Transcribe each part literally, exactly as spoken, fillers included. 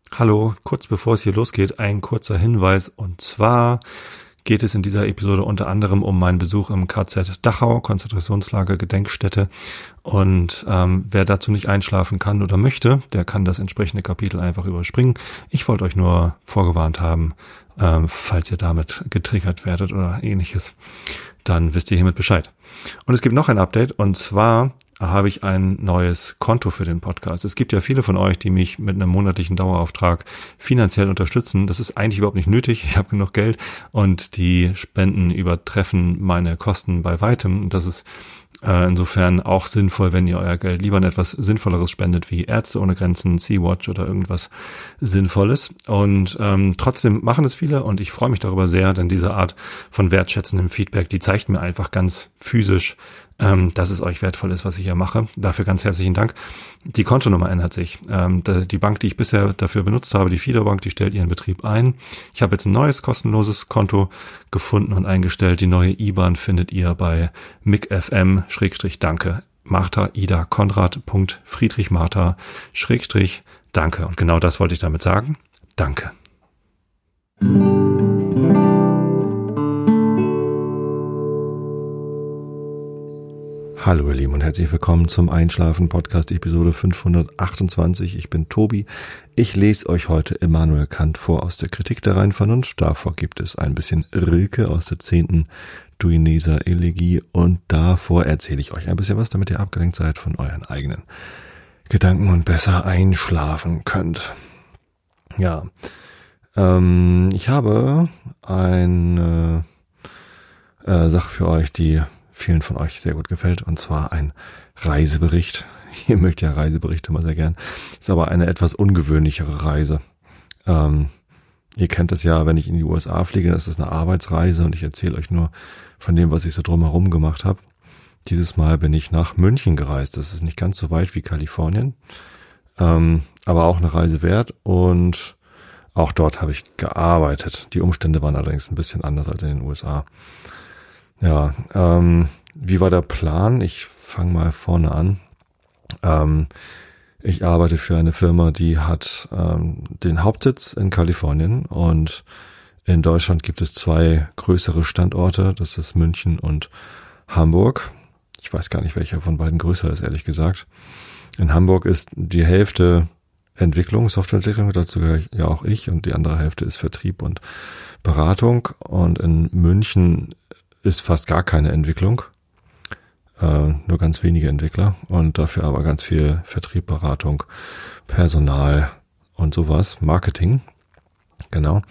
Hallo, kurz bevor es hier losgeht, ein kurzer Hinweis, und zwar geht es in dieser Episode unter anderem um meinen Besuch im K Z Dachau, Konzentrationslager Gedenkstätte, und ähm, wer dazu nicht einschlafen kann oder möchte, der kann das entsprechende Kapitel einfach überspringen. Ich wollte euch nur vorgewarnt haben, ähm, falls ihr damit getriggert werdet oder ähnliches, dann wisst ihr hiermit Bescheid. Und es gibt noch ein Update, und zwar habe ich ein neues Konto für den Podcast. Es gibt ja viele von euch, die mich mit einem monatlichen Dauerauftrag finanziell unterstützen. Das ist eigentlich überhaupt nicht nötig. Ich habe genug Geld und die Spenden übertreffen meine Kosten bei weitem. Das ist äh, insofern auch sinnvoll, wenn ihr euer Geld lieber in etwas Sinnvolleres spendet, wie Ärzte ohne Grenzen, Sea-Watch oder irgendwas Sinnvolles. Und ähm, trotzdem machen es viele, und ich freue mich darüber sehr, denn diese Art von wertschätzendem Feedback, die zeigt mir einfach ganz physisch, Ähm, dass es euch wertvoll ist, was ich hier mache. Dafür ganz herzlichen Dank. Die Kontonummer ändert sich. Ähm, die Bank, die ich bisher dafür benutzt habe, die Fido Bank, die stellt ihren Betrieb ein. Ich habe jetzt ein neues kostenloses Konto gefunden und eingestellt. Die neue I B A N findet ihr bei micfm Danke. Martha Ida Konrad Punkt Friedrich Martha Schrägstrich Danke. Und genau das wollte ich damit sagen. Danke. Hallo ihr Lieben und herzlich willkommen zum Einschlafen Podcast Episode fünfhundertachtundzwanzig. Ich bin Tobi. Ich lese euch heute Immanuel Kant vor aus der Kritik der reinen Vernunft. Davor gibt es ein bisschen Rilke aus der zehnten Duineser Elegie, und davor erzähle ich euch ein bisschen was, damit ihr abgelenkt seid von euren eigenen Gedanken und besser einschlafen könnt. Ja, ähm, ich habe eine äh, Sache für euch, die vielen von euch sehr gut gefällt, und zwar ein Reisebericht. Ihr mögt ja Reiseberichte immer sehr gern. Ist aber eine etwas ungewöhnlichere Reise. Ähm, ihr kennt es ja, wenn ich in die U S A fliege, das ist eine Arbeitsreise, und ich erzähle euch nur von dem, was ich so drumherum gemacht habe. Dieses Mal bin ich nach München gereist. Das ist nicht ganz so weit wie Kalifornien, ähm, aber auch eine Reise wert, und auch dort habe ich gearbeitet. Die Umstände waren allerdings ein bisschen anders als in den U S A. Ja, ähm, wie war der Plan? Ich fange mal vorne an. Ähm, ich arbeite für eine Firma, die hat ähm, den Hauptsitz in Kalifornien, und in Deutschland gibt es zwei größere Standorte. Das ist München und Hamburg. Ich weiß gar nicht, welcher von beiden größer ist, ehrlich gesagt. In Hamburg ist die Hälfte Entwicklung, Softwareentwicklung, dazu gehöre ja auch ich, und die andere Hälfte ist Vertrieb und Beratung. Und in München ist fast gar keine Entwicklung, äh, nur ganz wenige Entwickler, und dafür aber ganz viel Vertrieb, Beratung, Personal und sowas, Marketing, genau.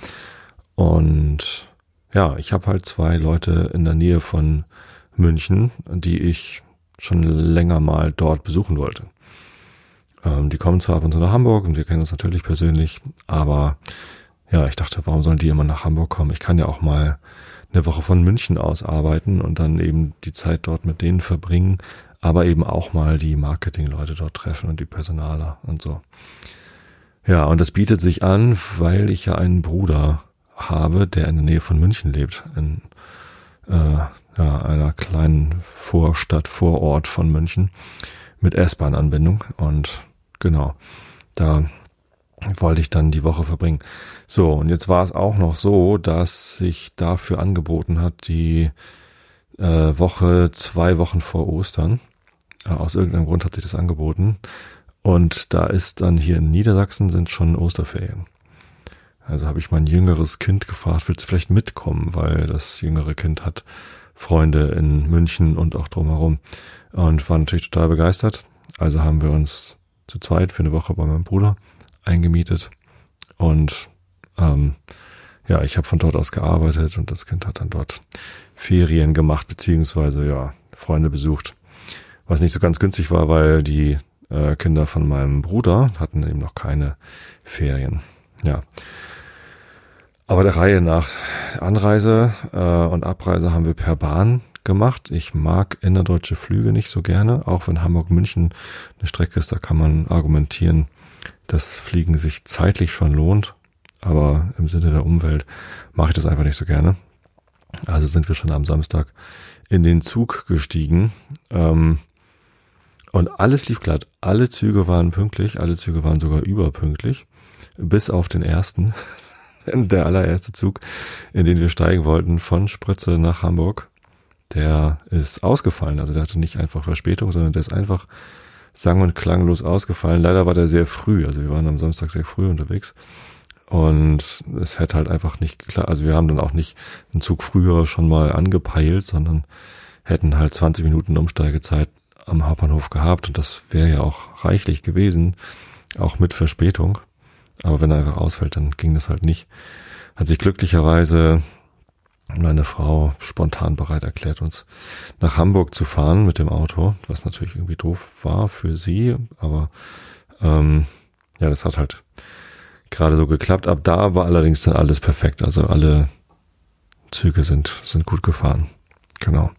Und ja, ich habe halt zwei Leute in der Nähe von München, die ich schon länger mal dort besuchen wollte. Ähm, die kommen zwar ab und zu nach Hamburg, und wir kennen uns natürlich persönlich, aber ja, ich dachte, warum sollen die immer nach Hamburg kommen? Ich kann ja auch mal eine Woche von München aus arbeiten und dann eben die Zeit dort mit denen verbringen, aber eben auch mal die Marketingleute dort treffen und die Personaler und so. Ja, und das bietet sich an, weil ich ja einen Bruder habe, der in der Nähe von München lebt, in äh, ja, einer kleinen Vorstadt, Vorort von München mit S-Bahn-Anbindung, und genau, da wollte ich dann die Woche verbringen. So, und jetzt war es auch noch so, dass sich dafür angeboten hat, die äh, Woche, zwei Wochen vor Ostern. Äh, aus irgendeinem Grund hat sich das angeboten. Und da ist dann hier in Niedersachsen sind schon Osterferien. Also habe ich mein jüngeres Kind gefragt, willst du vielleicht mitkommen? Weil das jüngere Kind hat Freunde in München und auch drumherum. Und war natürlich total begeistert. Also haben wir uns zu zweit für eine Woche bei meinem Bruder eingemietet, und ähm, ja, ich habe von dort aus gearbeitet, und das Kind hat dann dort Ferien gemacht, beziehungsweise ja, Freunde besucht, was nicht so ganz günstig war, weil die äh, Kinder von meinem Bruder hatten eben noch keine Ferien. Ja, aber der Reihe nach, Anreise äh, und Abreise haben wir per Bahn gemacht. Ich mag innerdeutsche Flüge nicht so gerne, auch wenn Hamburg-München eine Strecke ist, da kann man argumentieren, dass Fliegen sich zeitlich schon lohnt, aber im Sinne der Umwelt mache ich das einfach nicht so gerne. Also sind wir schon am Samstag in den Zug gestiegen, ähm, und alles lief glatt. Alle Züge waren pünktlich, alle Züge waren sogar überpünktlich. bis auf den ersten, der allererste Zug, in den wir steigen wollten, von Sprötze nach Hamburg. Der ist ausgefallen, also der hatte nicht einfach Verspätung, sondern der ist einfach sang- und klanglos ausgefallen. Leider war der sehr früh, also wir waren am Samstag sehr früh unterwegs und es hätte halt einfach nicht geklappt. Also wir haben dann auch nicht einen Zug früher schon mal angepeilt, sondern hätten halt zwanzig Minuten Umsteigezeit am Hauptbahnhof gehabt und das wäre ja auch reichlich gewesen, auch mit Verspätung. Aber wenn er einfach ausfällt, dann ging das halt nicht. Hat sich glücklicherweise meine Frau spontan bereit erklärt, uns nach Hamburg zu fahren mit dem Auto, was natürlich irgendwie doof war für sie, aber ähm, ja, das hat halt gerade so geklappt. Ab da war allerdings dann alles perfekt, also alle Züge sind sind gut gefahren. Genau.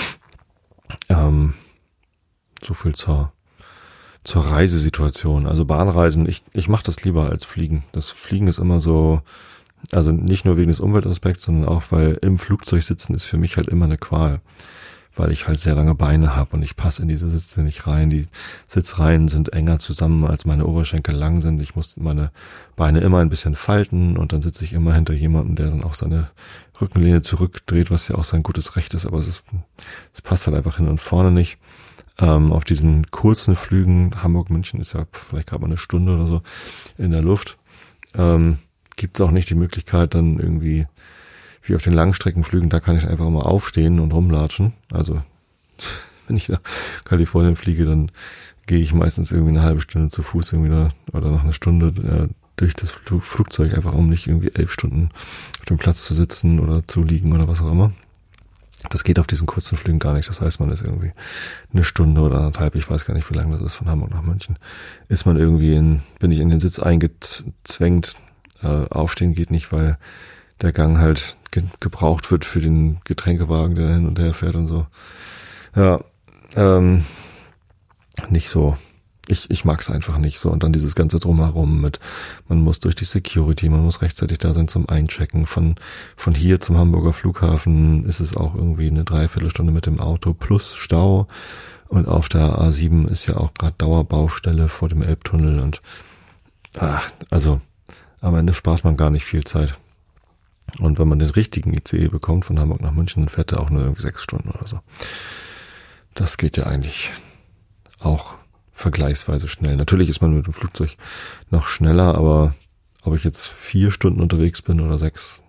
Ähm, so viel zur zur Reisesituation. Also Bahnreisen, ich ich mache das lieber als Fliegen. Das Fliegen ist immer so, also nicht nur wegen des Umweltaspekts, sondern auch, weil im Flugzeug sitzen ist für mich halt immer eine Qual, weil ich halt sehr lange Beine habe und ich passe in diese Sitze nicht rein. Die Sitzreihen sind enger zusammen, als meine Oberschenkel lang sind. Ich muss meine Beine immer ein bisschen falten und dann sitze ich immer hinter jemandem, der dann auch seine Rückenlehne zurückdreht, was ja auch sein gutes Recht ist, aber es ist, es passt halt einfach hin und vorne nicht. Ähm, auf diesen kurzen Flügen, Hamburg-München ist ja vielleicht gerade mal eine Stunde oder so in der Luft, ähm, gibt es auch nicht die Möglichkeit, dann irgendwie, wie auf den Langstreckenflügen, da kann ich einfach mal aufstehen und rumlatschen. Also, wenn ich nach Kalifornien fliege, dann gehe ich meistens irgendwie eine halbe Stunde zu Fuß irgendwie da, oder noch eine Stunde äh, durch das Flug, Flugzeug, einfach um nicht irgendwie elf Stunden auf dem Platz zu sitzen oder zu liegen oder was auch immer. Das geht auf diesen kurzen Flügen gar nicht. Das heißt, man ist irgendwie eine Stunde oder anderthalb, ich weiß gar nicht, wie lange das ist, von Hamburg nach München, ist man irgendwie in, bin ich in den Sitz eingezwängt. Äh, aufstehen geht nicht, weil der Gang halt ge- gebraucht wird für den Getränkewagen, der hin und her fährt und so. Ja, ähm, nicht so. Ich, ich mag es einfach nicht so. Und dann dieses ganze Drumherum mit, man muss durch die Security, man muss rechtzeitig da sein zum Einchecken. Von, von hier zum Hamburger Flughafen ist es auch irgendwie eine Dreiviertelstunde mit dem Auto plus Stau. Und auf der A sieben ist ja auch gerade Dauerbaustelle vor dem Elbtunnel und, ach, also, am Ende spart man gar nicht viel Zeit. Und wenn man den richtigen I C E bekommt von Hamburg nach München, dann fährt er auch nur irgendwie sechs Stunden oder so. Das geht ja eigentlich auch vergleichsweise schnell. Natürlich ist man mit dem Flugzeug noch schneller, aber ob ich jetzt vier Stunden unterwegs bin oder sechs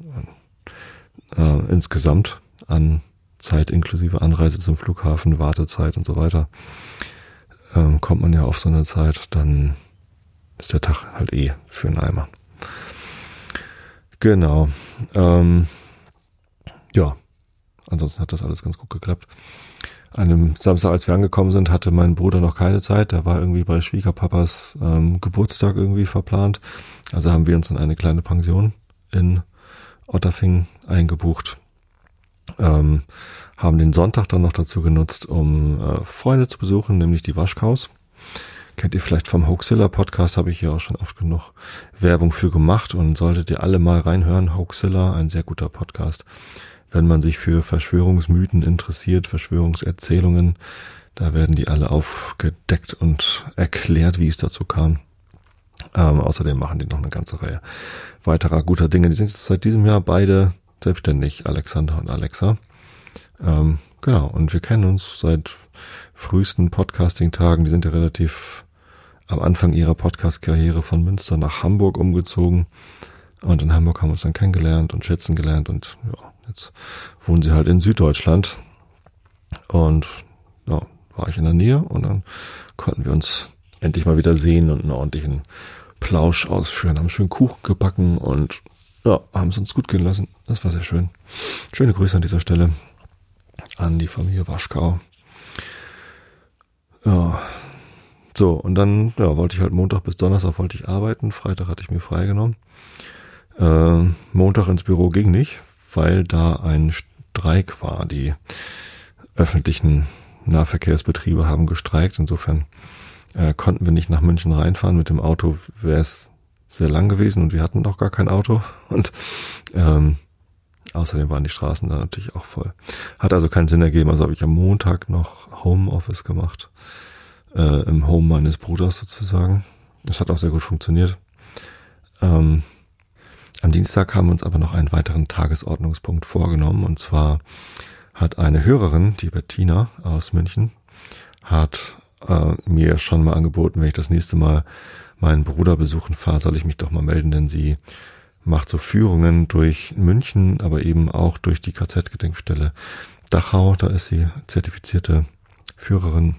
äh, insgesamt an Zeit inklusive Anreise zum Flughafen, Wartezeit und so weiter, ähm, kommt man ja auf so eine Zeit, dann ist der Tag halt eh für einen Eimer. Genau. Ähm, ja, ansonsten hat das alles ganz gut geklappt. An dem Samstag, als wir angekommen sind, hatte mein Bruder noch keine Zeit. Der war irgendwie bei Schwiegerpapas ähm, Geburtstag irgendwie verplant. Also haben wir uns in eine kleine Pension in Otterfing eingebucht. Ähm, haben den Sonntag dann noch dazu genutzt, um äh, Freunde zu besuchen, nämlich die Waschkaus. Kennt ihr vielleicht vom Hoaxilla Podcast, habe ich hier auch schon oft genug Werbung für gemacht und solltet ihr alle mal reinhören. Hoaxilla, ein sehr guter Podcast. Wenn man sich für Verschwörungsmythen interessiert, Verschwörungserzählungen, da werden die alle aufgedeckt und erklärt, wie es dazu kam. Ähm, außerdem machen die noch eine ganze Reihe weiterer guter Dinge. Die sind jetzt seit diesem Jahr beide selbstständig, Alexander und Alexa. Ähm, genau, und wir kennen uns seit frühesten Podcasting-Tagen. Die sind ja relativ am Anfang ihrer Podcast-Karriere von Münster nach Hamburg umgezogen. Und in Hamburg haben wir uns dann kennengelernt und schätzen gelernt und ja, jetzt wohnen sie halt in Süddeutschland und ja, war ich in der Nähe und dann konnten wir uns endlich mal wieder sehen und einen ordentlichen Plausch ausführen, haben schön Kuchen gebacken und ja, haben es uns gut gehen lassen. Das war sehr schön. Schöne Grüße an dieser Stelle an die Familie Waschkau. Ja, so und dann ja, wollte ich halt Montag bis Donnerstag wollte ich arbeiten, Freitag hatte ich mir freigenommen. Äh, Montag ins Büro ging nicht, weil da ein Streik war. Die öffentlichen Nahverkehrsbetriebe haben gestreikt. Insofern äh, konnten wir nicht nach München reinfahren. Mit dem Auto wäre es sehr lang gewesen und wir hatten noch gar kein Auto. Und ähm, außerdem waren die Straßen dann natürlich auch voll. Hat also keinen Sinn ergeben. Also habe ich am Montag noch Homeoffice gemacht. Äh, im Home meines Bruders sozusagen. Das hat auch sehr gut funktioniert. Ähm, am Dienstag haben wir uns aber noch einen weiteren Tagesordnungspunkt vorgenommen, und zwar hat eine Hörerin, die Bettina aus München, hat äh, mir schon mal angeboten, wenn ich das nächste Mal meinen Bruder besuchen fahre, soll ich mich doch mal melden, denn sie macht so Führungen durch München, aber eben auch durch die K Z-Gedenkstelle Dachau. Da ist sie zertifizierte Führerin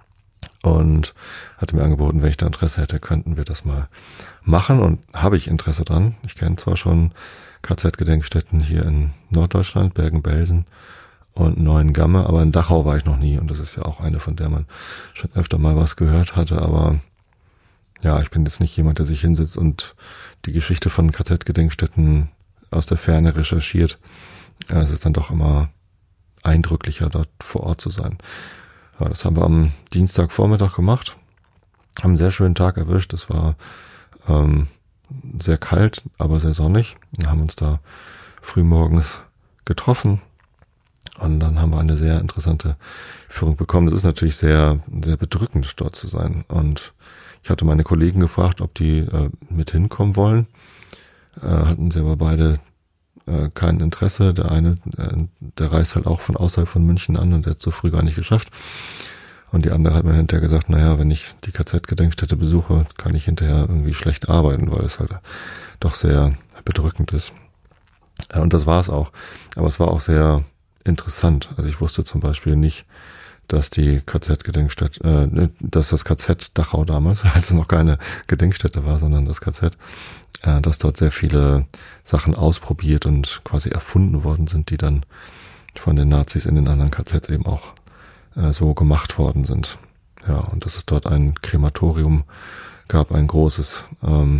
und hatte mir angeboten, wenn ich da Interesse hätte, könnten wir das mal machen, und habe ich Interesse dran. Ich kenne zwar schon K Z-Gedenkstätten hier in Norddeutschland, Bergen-Belsen und Neuengamme, aber in Dachau war ich noch nie, und das ist ja auch eine, von der man schon öfter mal was gehört hatte, aber ja, ich bin jetzt nicht jemand, der sich hinsetzt und die Geschichte von K Z-Gedenkstätten aus der Ferne recherchiert. Ja, es ist dann doch immer eindrücklicher, dort vor Ort zu sein. Ja, das haben wir am Dienstagvormittag gemacht, haben einen sehr schönen Tag erwischt. Es war ähm, sehr kalt, aber sehr sonnig. Wir haben uns da frühmorgens getroffen. Und dann haben wir eine sehr interessante Führung bekommen. Es ist natürlich sehr, sehr bedrückend, dort zu sein. Und ich hatte meine Kollegen gefragt, ob die äh, mit hinkommen wollen. Äh, hatten sie aber beide äh, kein Interesse. Der eine, äh, der reist halt auch von außerhalb von München an, und der hat es so früh gar nicht geschafft. Und die andere hat mir hinterher gesagt, naja, wenn ich die K Z-Gedenkstätte besuche, kann ich hinterher irgendwie schlecht arbeiten, weil es halt doch sehr bedrückend ist. Ja, und das war es auch. Aber es war auch sehr interessant. Also ich wusste zum Beispiel nicht, dass die K Z-Gedenkstätte, äh, dass das K Z Dachau damals, als es noch keine Gedenkstätte war, sondern das K Z, äh, dass dort sehr viele Sachen ausprobiert und quasi erfunden worden sind, die dann von den Nazis in den anderen K Zs eben auch äh, so gemacht worden sind. Ja, und dass es dort ein Krematorium gab, ein großes, ähm,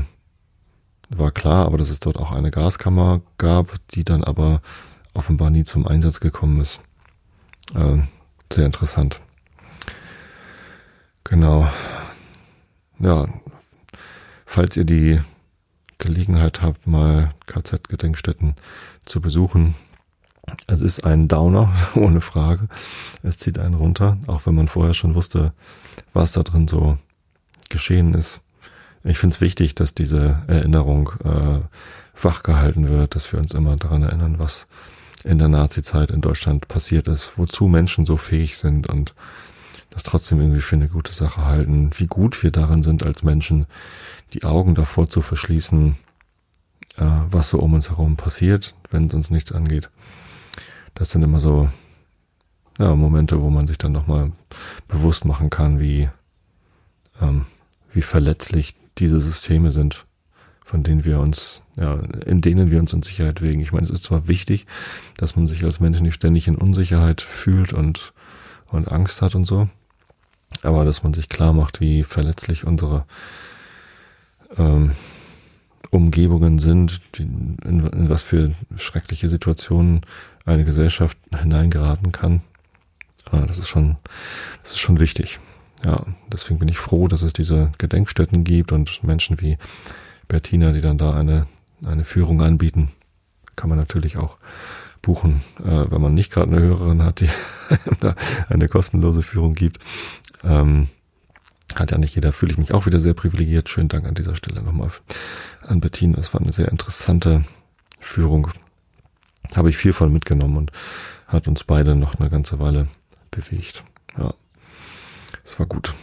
war klar, aber dass es dort auch eine Gaskammer gab, die dann aber offenbar nie zum Einsatz gekommen ist. Äh, sehr interessant. Genau. Ja, falls ihr die Gelegenheit habt, mal K Z-Gedenkstätten zu besuchen, es ist ein Downer, ohne Frage. Es zieht einen runter, auch wenn man vorher schon wusste, was da drin so geschehen ist. Ich finde es wichtig, dass diese Erinnerung äh, wachgehalten wird, dass wir uns immer daran erinnern, was in der Nazi-Zeit in Deutschland passiert ist, wozu Menschen so fähig sind und das trotzdem irgendwie für eine gute Sache halten, wie gut wir darin sind als Menschen, die Augen davor zu verschließen, äh, was so um uns herum passiert, wenn es uns nichts angeht. Das sind immer so ja, Momente, wo man sich dann nochmal bewusst machen kann, wie, ähm, wie verletzlich diese Systeme sind, von denen wir uns, ja, in denen wir uns in Sicherheit wägen. Ich meine, es ist zwar wichtig, dass man sich als Mensch nicht ständig in Unsicherheit fühlt und, und Angst hat und so, aber dass man sich klar macht, wie verletzlich unsere ähm, Umgebungen sind, die, in, in was für schreckliche Situationen eine Gesellschaft hineingeraten kann. Ah, das ist schon, das ist schon wichtig. Ja, deswegen bin ich froh, dass es diese Gedenkstätten gibt und Menschen wie Bettina, die dann da eine, eine Führung anbieten. Kann man natürlich auch buchen, äh, wenn man nicht gerade eine Hörerin hat, die da eine kostenlose Führung gibt. Ähm, hat ja nicht jeder, fühle ich mich auch wieder sehr privilegiert. Schönen Dank an dieser Stelle nochmal an Bettina. Das war eine sehr interessante Führung. Habe ich viel von mitgenommen und hat uns beide noch eine ganze Weile bewegt. Ja, es war gut.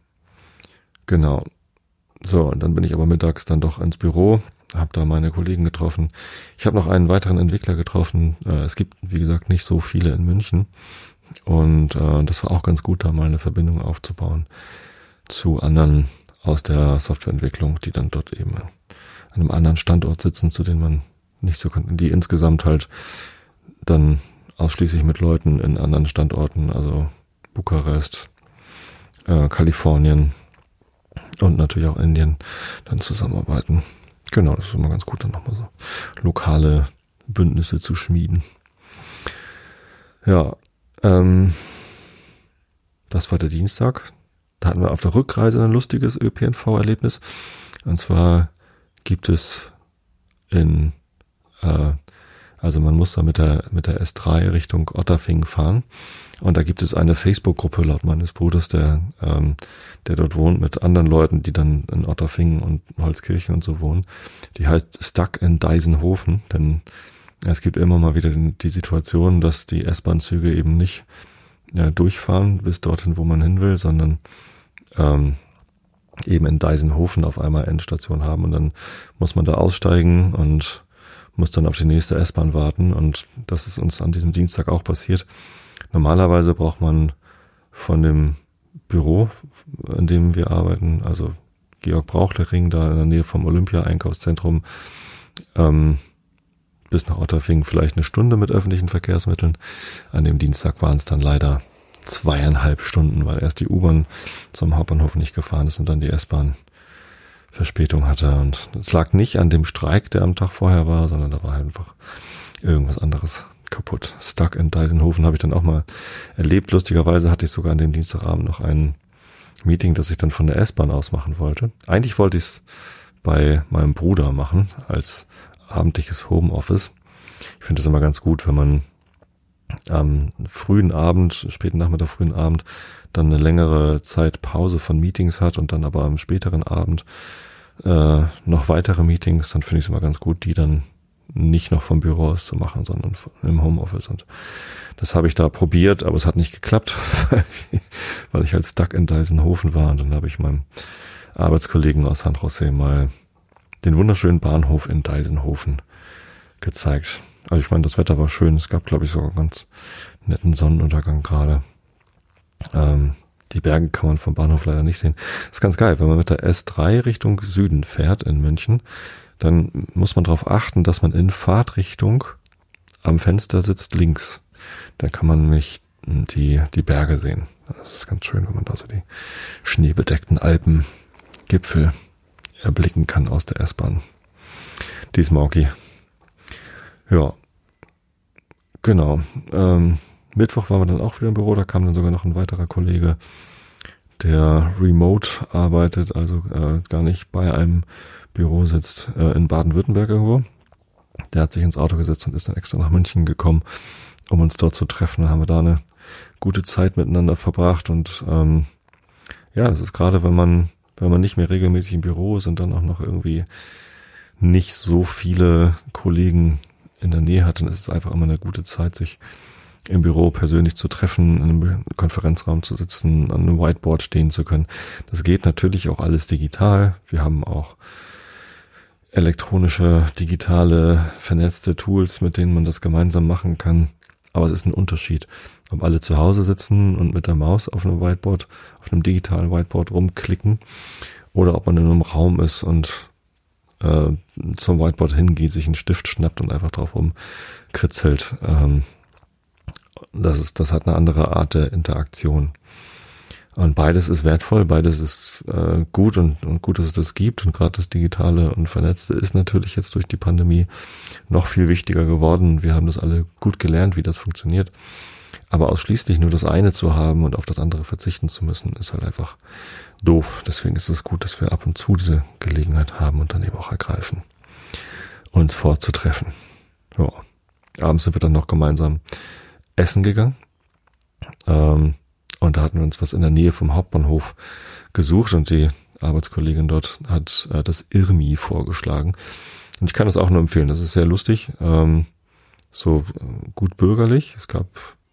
Genau. So, und dann bin ich aber mittags dann doch ins Büro, habe da meine Kollegen getroffen. Ich habe noch einen weiteren Entwickler getroffen. Äh, es gibt, wie gesagt, nicht so viele in München. Und äh, das war auch ganz gut, da mal eine Verbindung aufzubauen zu anderen aus der Softwareentwicklung, die dann dort eben an einem anderen Standort sitzen, zu denen man nicht so kann, die insgesamt halt dann ausschließlich mit Leuten in anderen Standorten, also Bukarest, äh, Kalifornien und natürlich auch Indien, dann zusammenarbeiten. Genau, das ist immer ganz gut, dann nochmal so lokale Bündnisse zu schmieden. Ja, ähm, das war der Dienstag. Da hatten wir auf der Rückreise ein lustiges Ö P N V-Erlebnis. Und zwar gibt es in, äh, Also man muss da mit der, mit der S drei Richtung Otterfingen fahren. Und da gibt es eine Facebook-Gruppe laut meines Bruders, der, ähm, der dort wohnt mit anderen Leuten, die dann in Otterfingen und Holzkirchen und so wohnen. Die heißt Stuck in Deisenhofen, denn es gibt immer mal wieder die, die Situation, dass die S-Bahn-Züge eben nicht ja, durchfahren bis dorthin, wo man hin will, sondern ähm, eben in Deisenhofen auf einmal Endstation haben und dann muss man da aussteigen und muss dann auf die nächste S-Bahn warten und das ist uns an diesem Dienstag auch passiert. Normalerweise braucht man von dem Büro, in dem wir arbeiten, also Georg-Brauchle-Ring, da in der Nähe vom Olympia-Einkaufszentrum, ähm, bis nach Otterfingen vielleicht eine Stunde mit öffentlichen Verkehrsmitteln. An dem Dienstag waren es dann leider zweieinhalb Stunden, weil erst die U-Bahn zum Hauptbahnhof nicht gefahren ist und dann die S-Bahn Verspätung hatte. Und es lag nicht an dem Streik, der am Tag vorher war, sondern da war halt einfach irgendwas anderes kaputt. Stuck in Deisenhofen habe ich dann auch mal erlebt. Lustigerweise hatte ich sogar an dem Dienstagabend noch ein Meeting, das ich dann von der S-Bahn aus machen wollte. Eigentlich wollte ich es bei meinem Bruder machen, als abendliches Homeoffice. Ich finde es immer ganz gut, wenn man am frühen Abend, späten Nachmittag, frühen Abend dann eine längere Zeit Pause von Meetings hat und dann aber am späteren Abend äh, noch weitere Meetings, dann finde ich es immer ganz gut, die dann nicht noch vom Büro aus zu machen, sondern im Homeoffice. Und das habe ich da probiert, aber es hat nicht geklappt, weil ich halt stuck in Deisenhofen war. Und dann habe ich meinem Arbeitskollegen aus San Jose mal den wunderschönen Bahnhof in Deisenhofen gezeigt. Also ich meine, das Wetter war schön. Es gab, glaube ich, sogar einen ganz netten Sonnenuntergang gerade. Ähm, die Berge kann man vom Bahnhof leider nicht sehen. Das ist ganz geil, wenn man mit der S drei Richtung Süden fährt in München, dann muss man darauf achten, dass man in Fahrtrichtung am Fenster sitzt links. Dann kann man nämlich die, die Berge sehen. Das ist ganz schön, wenn man da so die schneebedeckten Alpengipfel erblicken kann aus der S-Bahn. Die Smoky. Ja, genau. Ähm, Mittwoch waren wir dann auch wieder im Büro, da kam dann sogar noch ein weiterer Kollege, der remote arbeitet, also äh, gar nicht bei einem Büro sitzt, äh, in Baden-Württemberg irgendwo. Der hat sich ins Auto gesetzt und ist dann extra nach München gekommen, um uns dort zu treffen. Da haben wir da eine gute Zeit miteinander verbracht und ähm, ja, das ist gerade, wenn man wenn man nicht mehr regelmäßig im Büro ist und dann auch noch irgendwie nicht so viele Kollegen in der Nähe hat, dann ist es einfach immer eine gute Zeit, sich im Büro persönlich zu treffen, in einem Konferenzraum zu sitzen, an einem Whiteboard stehen zu können. Das geht natürlich auch alles digital. Wir haben auch elektronische, digitale, vernetzte Tools, mit denen man das gemeinsam machen kann. Aber es ist ein Unterschied, ob alle zu Hause sitzen und mit der Maus auf einem Whiteboard, auf einem digitalen Whiteboard rumklicken oder ob man in einem Raum ist und äh, zum Whiteboard hingeht, sich einen Stift schnappt und einfach drauf rumkritzelt. Ähm, das ist, das hat eine andere Art der Interaktion. Und beides ist wertvoll, beides ist äh, gut und, und gut, dass es das gibt. Und gerade das Digitale und Vernetzte ist natürlich jetzt durch die Pandemie noch viel wichtiger geworden. Wir haben das alle gut gelernt, wie das funktioniert. Aber ausschließlich nur das eine zu haben und auf das andere verzichten zu müssen, ist halt einfach doof. Deswegen ist es gut, dass wir ab und zu diese Gelegenheit haben und dann eben auch ergreifen, uns vorzutreffen. Ja. Abends sind wir dann noch gemeinsam essen gegangen. Ähm, Und da hatten wir uns was in der Nähe vom Hauptbahnhof gesucht und die Arbeitskollegin dort hat äh, das Irmi vorgeschlagen. Und ich kann das auch nur empfehlen. Das ist sehr lustig, ähm, so äh, gut bürgerlich. Es gab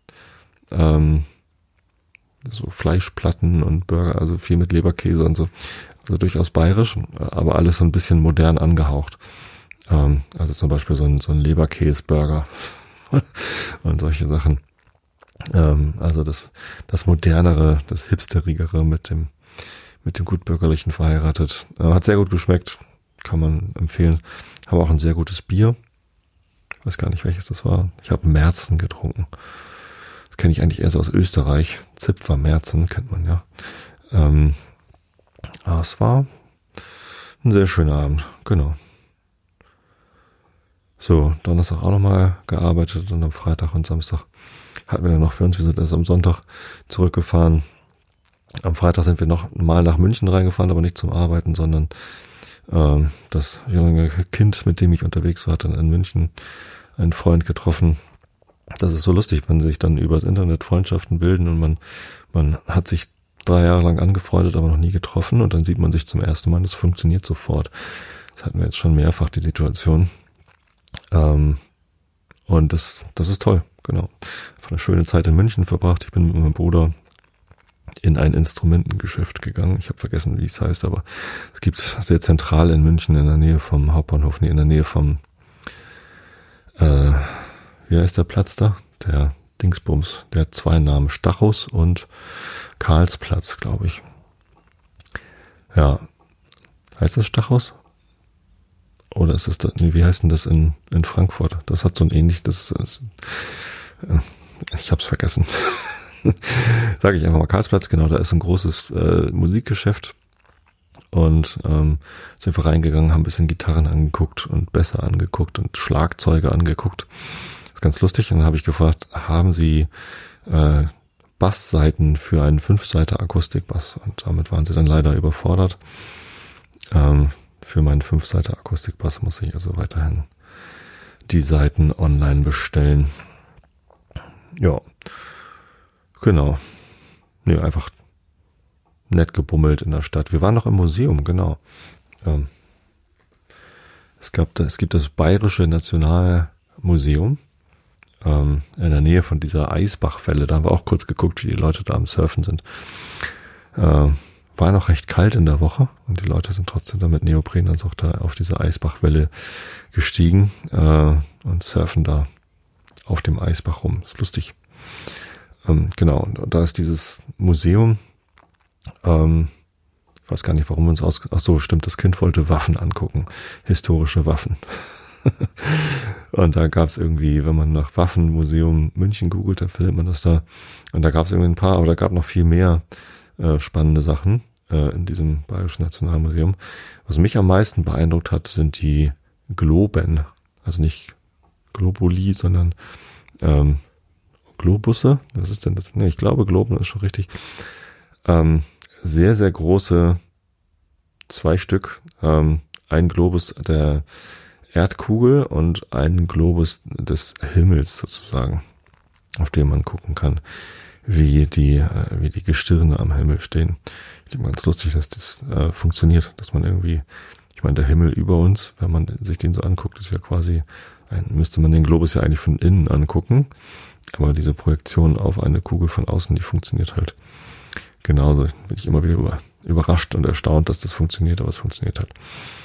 ähm, so Fleischplatten und Burger, also viel mit Leberkäse und so. Also durchaus bayerisch, aber alles so ein bisschen modern angehaucht. Ähm, also zum Beispiel so ein, so ein Leberkäse-Burger und solche Sachen. Ähm, also das, das modernere, das hipsterigere mit dem, mit dem gutbürgerlichen verheiratet. Äh, hat sehr gut geschmeckt, kann man empfehlen. Haben auch ein sehr gutes Bier. Ich weiß gar nicht, welches das war. Ich habe Märzen getrunken. Das kenne ich eigentlich eher so aus Österreich. Zipfer Märzen kennt man ja. Ähm, aber es war ein sehr schöner Abend, genau. So, Donnerstag auch nochmal gearbeitet und am Freitag und Samstag hatten wir dann noch für uns, wir sind erst am Sonntag zurückgefahren. Am Freitag sind wir noch mal nach München reingefahren, aber nicht zum Arbeiten, sondern ähm, das junge Kind, mit dem ich unterwegs war, hat dann in München einen Freund getroffen. Das ist so lustig, wenn sich dann übers Internet Freundschaften bilden und man, man hat sich drei Jahre lang angefreundet, aber noch nie getroffen und dann sieht man sich zum ersten Mal, das funktioniert sofort. Das hatten wir jetzt schon mehrfach, die Situation. Ähm, und das, das ist toll, genau. Eine schöne Zeit in München verbracht. Ich bin mit meinem Bruder in ein Instrumentengeschäft gegangen. Ich habe vergessen, wie es heißt, aber es gibt sehr zentral in München in der Nähe vom Hauptbahnhof, nee, in der Nähe vom, äh, wie heißt der Platz da? Der Dingsbums, der hat zwei Namen, Stachus und Karlsplatz, glaube ich. Ja, heißt das Stachus? Oder ist das, da, nee, wie heißt denn das in, in Frankfurt? Das hat so ein ähnlich, das ist, äh, ich hab's vergessen. Sage ich einfach mal Karlsplatz, genau, da ist ein großes äh, Musikgeschäft und ähm, sind wir reingegangen, haben ein bisschen Gitarren angeguckt und Bässe angeguckt und Schlagzeuge angeguckt. Das ist ganz lustig und dann habe ich gefragt, haben Sie äh, Bassseiten für einen Fünfseiter Akustikbass? Und damit waren sie dann leider überfordert. Ähm, für meinen Fünfseiter Akustikbass muss ich also weiterhin die Seiten online bestellen. Ja, genau. Nee, einfach nett gebummelt in der Stadt. Wir waren noch im Museum, genau. Ähm, es gab, es gibt das Bayerische Nationalmuseum ähm, in der Nähe von dieser Eisbachwelle. Da haben wir auch kurz geguckt, wie die Leute da am Surfen sind. Äh, war noch recht kalt in der Woche und die Leute sind trotzdem da mit Neoprenanzug da auf diese Eisbachwelle gestiegen äh, und surfen da auf dem Eisbach rum. Ist lustig. Ähm, genau, und da ist dieses Museum, ähm, ich weiß gar nicht, warum wir uns aus... Ach so, stimmt, das Kind wollte Waffen angucken, historische Waffen. Und da gab es irgendwie, wenn man nach Waffenmuseum München googelt, dann findet man das da. Und da gab es irgendwie ein paar, aber da gab noch viel mehr äh, spannende Sachen äh, in diesem Bayerischen Nationalmuseum. Was mich am meisten beeindruckt hat, sind die Globen. Also nicht Globuli, sondern ähm, Globusse. Was ist denn das? Nee, ich glaube, Globen ist schon richtig. Ähm, sehr, sehr große, zwei Stück. Ähm, ein Globus der Erdkugel und ein Globus des Himmels sozusagen, auf dem man gucken kann, wie die, wie die Gestirne am Himmel stehen. Ich finde ganz lustig, dass das äh, funktioniert, dass man irgendwie, ich meine, der Himmel über uns, wenn man sich den so anguckt, ist ja quasi, ein, müsste man den Globus ja eigentlich von innen angucken, aber diese Projektion auf eine Kugel von außen, die funktioniert halt genauso. Bin ich immer wieder über, überrascht und erstaunt, dass das funktioniert, aber es funktioniert halt.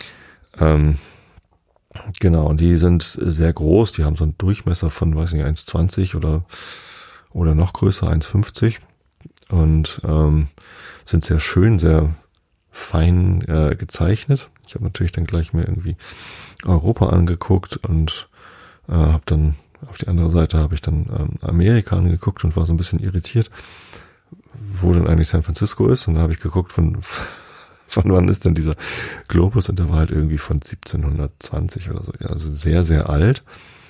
Ähm, Genau, und die sind sehr groß, die haben so einen Durchmesser von, weiß nicht, eins Komma zwanzig oder oder noch größer, eins Komma fünfzig und ähm, sind sehr schön, sehr fein äh, gezeichnet. Ich habe natürlich dann gleich mir irgendwie Europa angeguckt und äh, habe dann auf die andere Seite habe ich dann ähm, Amerika angeguckt und war so ein bisschen irritiert, wo denn eigentlich San Francisco ist. Und dann habe ich geguckt, von Von wann ist denn dieser Globus? Und der war halt irgendwie von siebzehnhundertzwanzig oder so. Also sehr, sehr alt.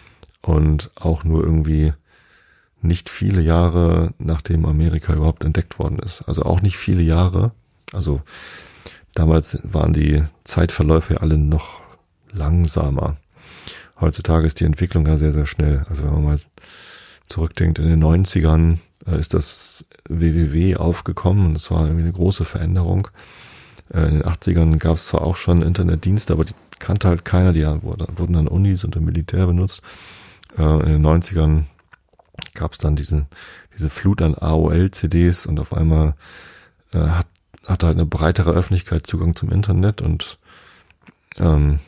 Und auch nur irgendwie nicht viele Jahre, nachdem Amerika überhaupt entdeckt worden ist. Also auch nicht viele Jahre. Also damals waren die Zeitverläufe ja alle noch langsamer. Heutzutage ist die Entwicklung ja sehr, sehr schnell. Also wenn man mal zurückdenkt, in den neunzigern ist das W W W aufgekommen und das war irgendwie eine große Veränderung. In den achtzigern gab es zwar auch schon Internetdienste, aber die kannte halt keiner, die wurden an Unis und im Militär benutzt. In den neunzigern gab es dann diese, diese Flut an A O L-C Ds und auf einmal äh, hat, hat halt eine breitere Öffentlichkeit Zugang zum Internet und ähm,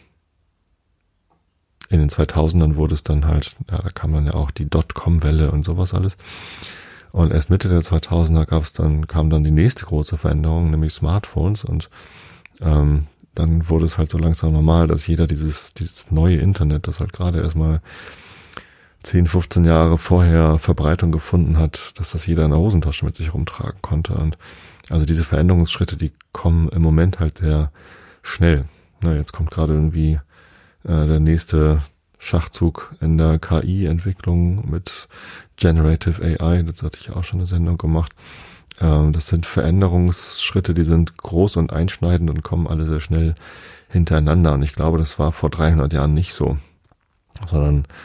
in den zweitausendern wurde es dann halt, ja, da kam dann ja auch die Dotcom-Welle und sowas alles. Und erst Mitte der zweitausender gab es dann, kam dann die nächste große Veränderung, nämlich Smartphones und ähm, dann wurde es halt so langsam normal, dass jeder dieses, dieses neue Internet, das halt gerade erstmal zehn, fünfzehn Jahre vorher Verbreitung gefunden hat, dass das jeder in der Hosentasche mit sich rumtragen konnte. Und also diese Veränderungsschritte, die kommen im Moment halt sehr schnell. Na, jetzt kommt gerade irgendwie äh, der nächste Schachzug in der K I-Entwicklung mit Generative A I, dazu hatte ich auch schon eine Sendung gemacht. Ähm, das sind Veränderungsschritte, die sind groß und einschneidend und kommen alle sehr schnell hintereinander. Und ich glaube, das war vor dreihundert Jahren nicht so, sondern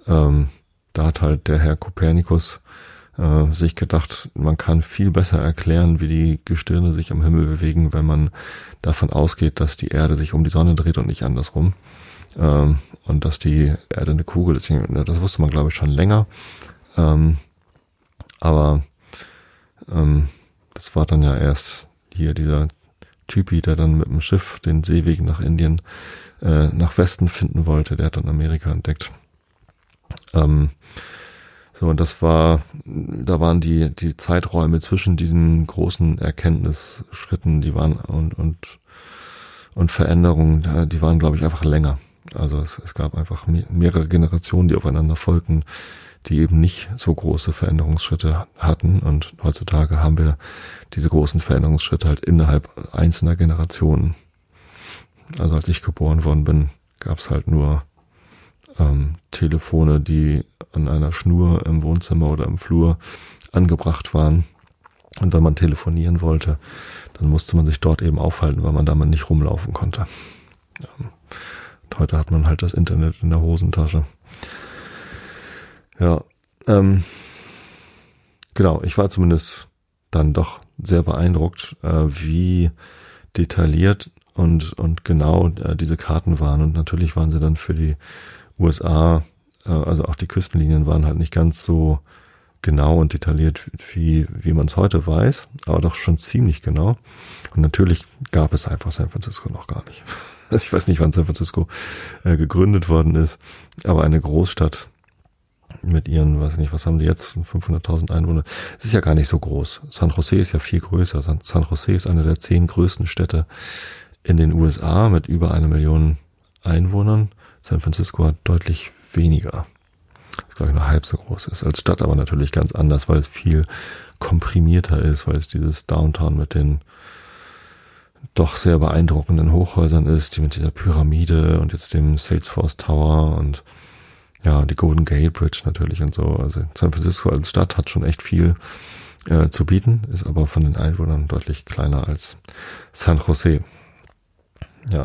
ähm, da hat halt der Herr Kopernikus äh, sich gedacht, man kann viel besser erklären, wie die Gestirne sich am Himmel bewegen, wenn man davon ausgeht, dass die Erde sich um die Sonne dreht und nicht andersrum. Ähm, und dass die Erde eine Kugel ist. Das wusste man, glaube ich, schon länger. Ähm, aber ähm, das war dann ja erst hier dieser Typi, der dann mit dem Schiff den Seeweg nach Indien, äh, nach Westen finden wollte. Der hat dann Amerika entdeckt. Ähm, so, und das war, da waren die, die Zeiträume zwischen diesen großen Erkenntnisschritten, die waren, und, und, und Veränderungen, die waren, glaube ich, einfach länger. Also es, es gab einfach mehrere Generationen, die aufeinander folgten, die eben nicht so große Veränderungsschritte hatten. Und heutzutage haben wir diese großen Veränderungsschritte halt innerhalb einzelner Generationen. Also als ich geboren worden bin, gab es halt nur ähm, Telefone, die an einer Schnur im Wohnzimmer oder im Flur angebracht waren. Und wenn man telefonieren wollte, dann musste man sich dort eben aufhalten, weil man damit nicht rumlaufen konnte. Ja. Und heute hat man halt das Internet in der Hosentasche. Ja, ähm, genau, ich war zumindest dann doch sehr beeindruckt, äh, wie detailliert und und genau äh, diese Karten waren. Und natürlich waren sie dann für die U S A, äh, also auch die Küstenlinien waren halt nicht ganz so genau und detailliert, wie wie man es heute weiß, aber doch schon ziemlich genau. Und natürlich gab es einfach San Francisco noch gar nicht. Also ich weiß nicht, wann San Francisco äh, gegründet worden ist, aber eine Großstadt mit ihren, weiß nicht, was haben die jetzt, fünfhunderttausend Einwohner. Es ist ja gar nicht so groß. San Jose ist ja viel größer. San, San Jose ist eine der zehn größten Städte in den U S A mit über eine Million Einwohnern. San Francisco hat deutlich weniger. Das glaube ich nur halb so groß ist. Als Stadt aber natürlich ganz anders, weil es viel komprimierter ist, weil es dieses Downtown mit den doch sehr beeindruckenden Hochhäusern ist, die mit dieser Pyramide und jetzt dem Salesforce Tower und ja, die Golden Gate Bridge natürlich und so. Also San Francisco als Stadt hat schon echt viel äh, zu bieten, ist aber von den Einwohnern deutlich kleiner als San Jose. Ja.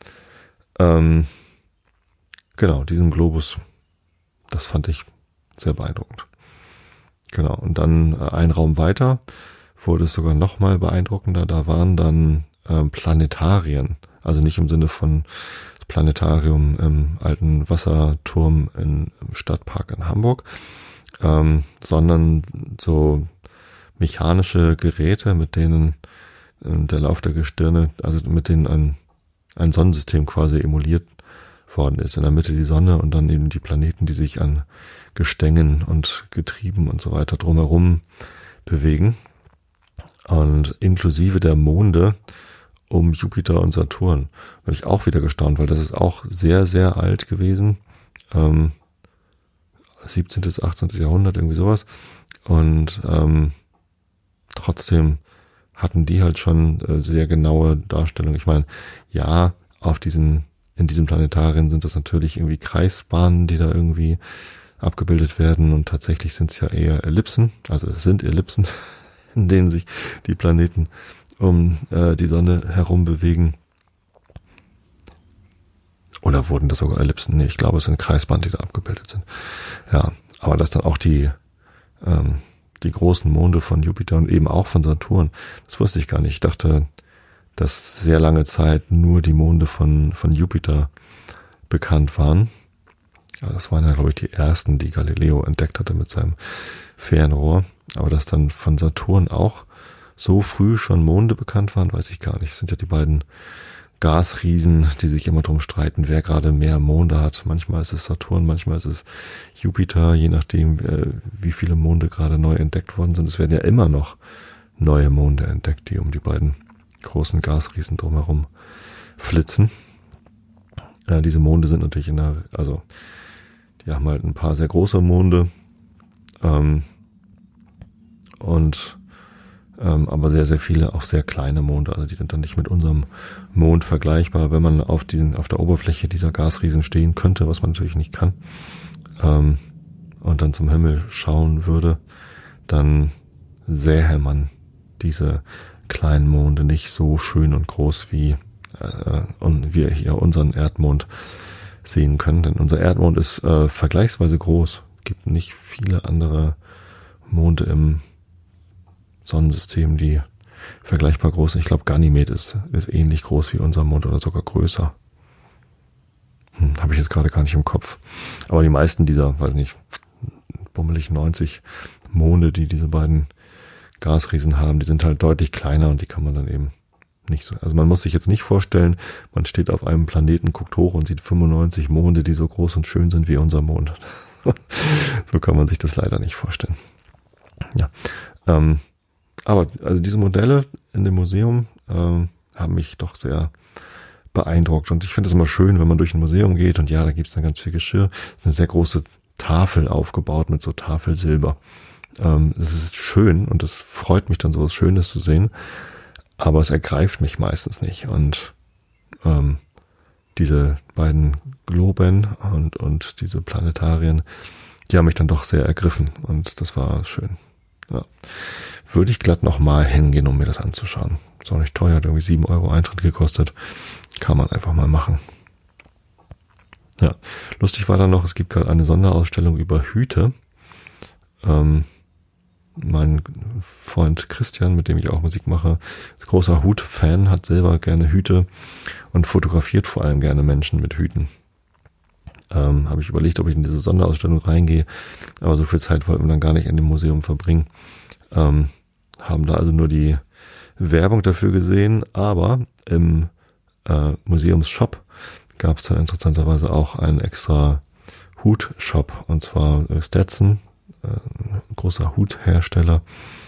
Ähm, genau, diesen Globus, das fand ich sehr beeindruckend. Genau, und dann äh, ein Raum weiter wurde es sogar noch mal beeindruckender. Da waren dann äh, Planetarien, also nicht im Sinne von Planetarium im alten Wasserturm in, im Stadtpark in Hamburg, ähm, sondern so mechanische Geräte, mit denen äh, der Lauf der Gestirne, also mit denen ein, ein Sonnensystem quasi emuliert worden ist. In der Mitte die Sonne und dann eben die Planeten, die sich an Gestängen und Getrieben und so weiter drumherum bewegen. Und inklusive der Monde um Jupiter und Saturn. Da habe ich auch wieder gestaunt, weil das ist auch sehr, sehr alt gewesen. Ähm, siebzehnten. achtzehnten. Jahrhundert, irgendwie sowas. Und ähm, trotzdem hatten die halt schon äh, sehr genaue Darstellungen. Ich meine, ja, auf diesen, in diesem Planetarien sind das natürlich irgendwie Kreisbahnen, die da irgendwie abgebildet werden. Und tatsächlich sind es ja eher Ellipsen. Also es sind Ellipsen, in denen sich die Planeten um äh, die Sonne herum bewegen. Oder wurden das sogar Ellipsen? Nee, ich glaube, es sind Kreisbahnen, die da abgebildet sind. Ja, aber dass dann auch die ähm, die großen Monde von Jupiter und eben auch von Saturn, das wusste ich gar nicht. Ich dachte, dass sehr lange Zeit nur die Monde von von Jupiter bekannt waren. Ja, das waren ja, glaube ich, die ersten, die Galileo entdeckt hatte mit seinem Fernrohr. Aber dass dann von Saturn auch so früh schon Monde bekannt waren, weiß ich gar nicht. Das sind ja die beiden Gasriesen, die sich immer drum streiten, wer gerade mehr Monde hat. Manchmal ist es Saturn, manchmal ist es Jupiter, je nachdem, wie viele Monde gerade neu entdeckt worden sind. Es werden ja immer noch neue Monde entdeckt, die um die beiden großen Gasriesen drumherum flitzen. Ja, diese Monde sind natürlich in der, also die haben halt ein paar sehr große Monde, ähm, und Ähm, aber sehr, sehr viele auch sehr kleine Monde. Also die sind dann nicht mit unserem Mond vergleichbar. Wenn man auf, den, auf der Oberfläche dieser Gasriesen stehen könnte, was man natürlich nicht kann, ähm, und dann zum Himmel schauen würde, dann sähe man diese kleinen Monde nicht so schön und groß wie äh, und wir hier unseren Erdmond sehen können. Denn unser Erdmond ist äh, vergleichsweise groß. Es gibt nicht viele andere Monde im Sonnensystem, die vergleichbar groß sind. Ich glaube, Ganymed ist, ist ähnlich groß wie unser Mond oder sogar größer. Hm, habe ich jetzt gerade gar nicht im Kopf. Aber die meisten dieser, weiß nicht, bummelig neunzig Monde, die diese beiden Gasriesen haben, die sind halt deutlich kleiner und die kann man dann eben nicht so. Also man muss sich jetzt nicht vorstellen, man steht auf einem Planeten, guckt hoch und sieht fünfundneunzig Monde, die so groß und schön sind wie unser Mond. So kann man sich das leider nicht vorstellen. Ja, ähm, aber also diese Modelle in dem Museum ähm, haben mich doch sehr beeindruckt und ich finde es immer schön, wenn man durch ein Museum geht und ja, da gibt es dann ganz viel Geschirr, eine sehr große Tafel aufgebaut mit so Tafelsilber. Ähm, es ist schön und es freut mich dann, so was Schönes zu sehen, aber es ergreift mich meistens nicht und ähm, diese beiden Globen und, und diese Planetarien, die haben mich dann doch sehr ergriffen und das war schön. Ja. Würde ich glatt nochmal hingehen, um mir das anzuschauen. Ist auch nicht teuer, hat irgendwie sieben Euro Eintritt gekostet. Kann man einfach mal machen. Ja, lustig war dann noch, es gibt gerade eine Sonderausstellung über Hüte. Ähm, mein Freund Christian, mit dem ich auch Musik mache, ist großer Hut-Fan, hat selber gerne Hüte und fotografiert vor allem gerne Menschen mit Hüten. Ähm, habe ich überlegt, ob ich in diese Sonderausstellung reingehe, aber so viel Zeit wollten wir dann gar nicht in dem Museum verbringen. Ähm, haben da also nur die Werbung dafür gesehen, aber im äh, Museumsshop gab es dann interessanterweise auch einen extra Hutshop, und zwar Stetson, äh, ein großer Huthersteller,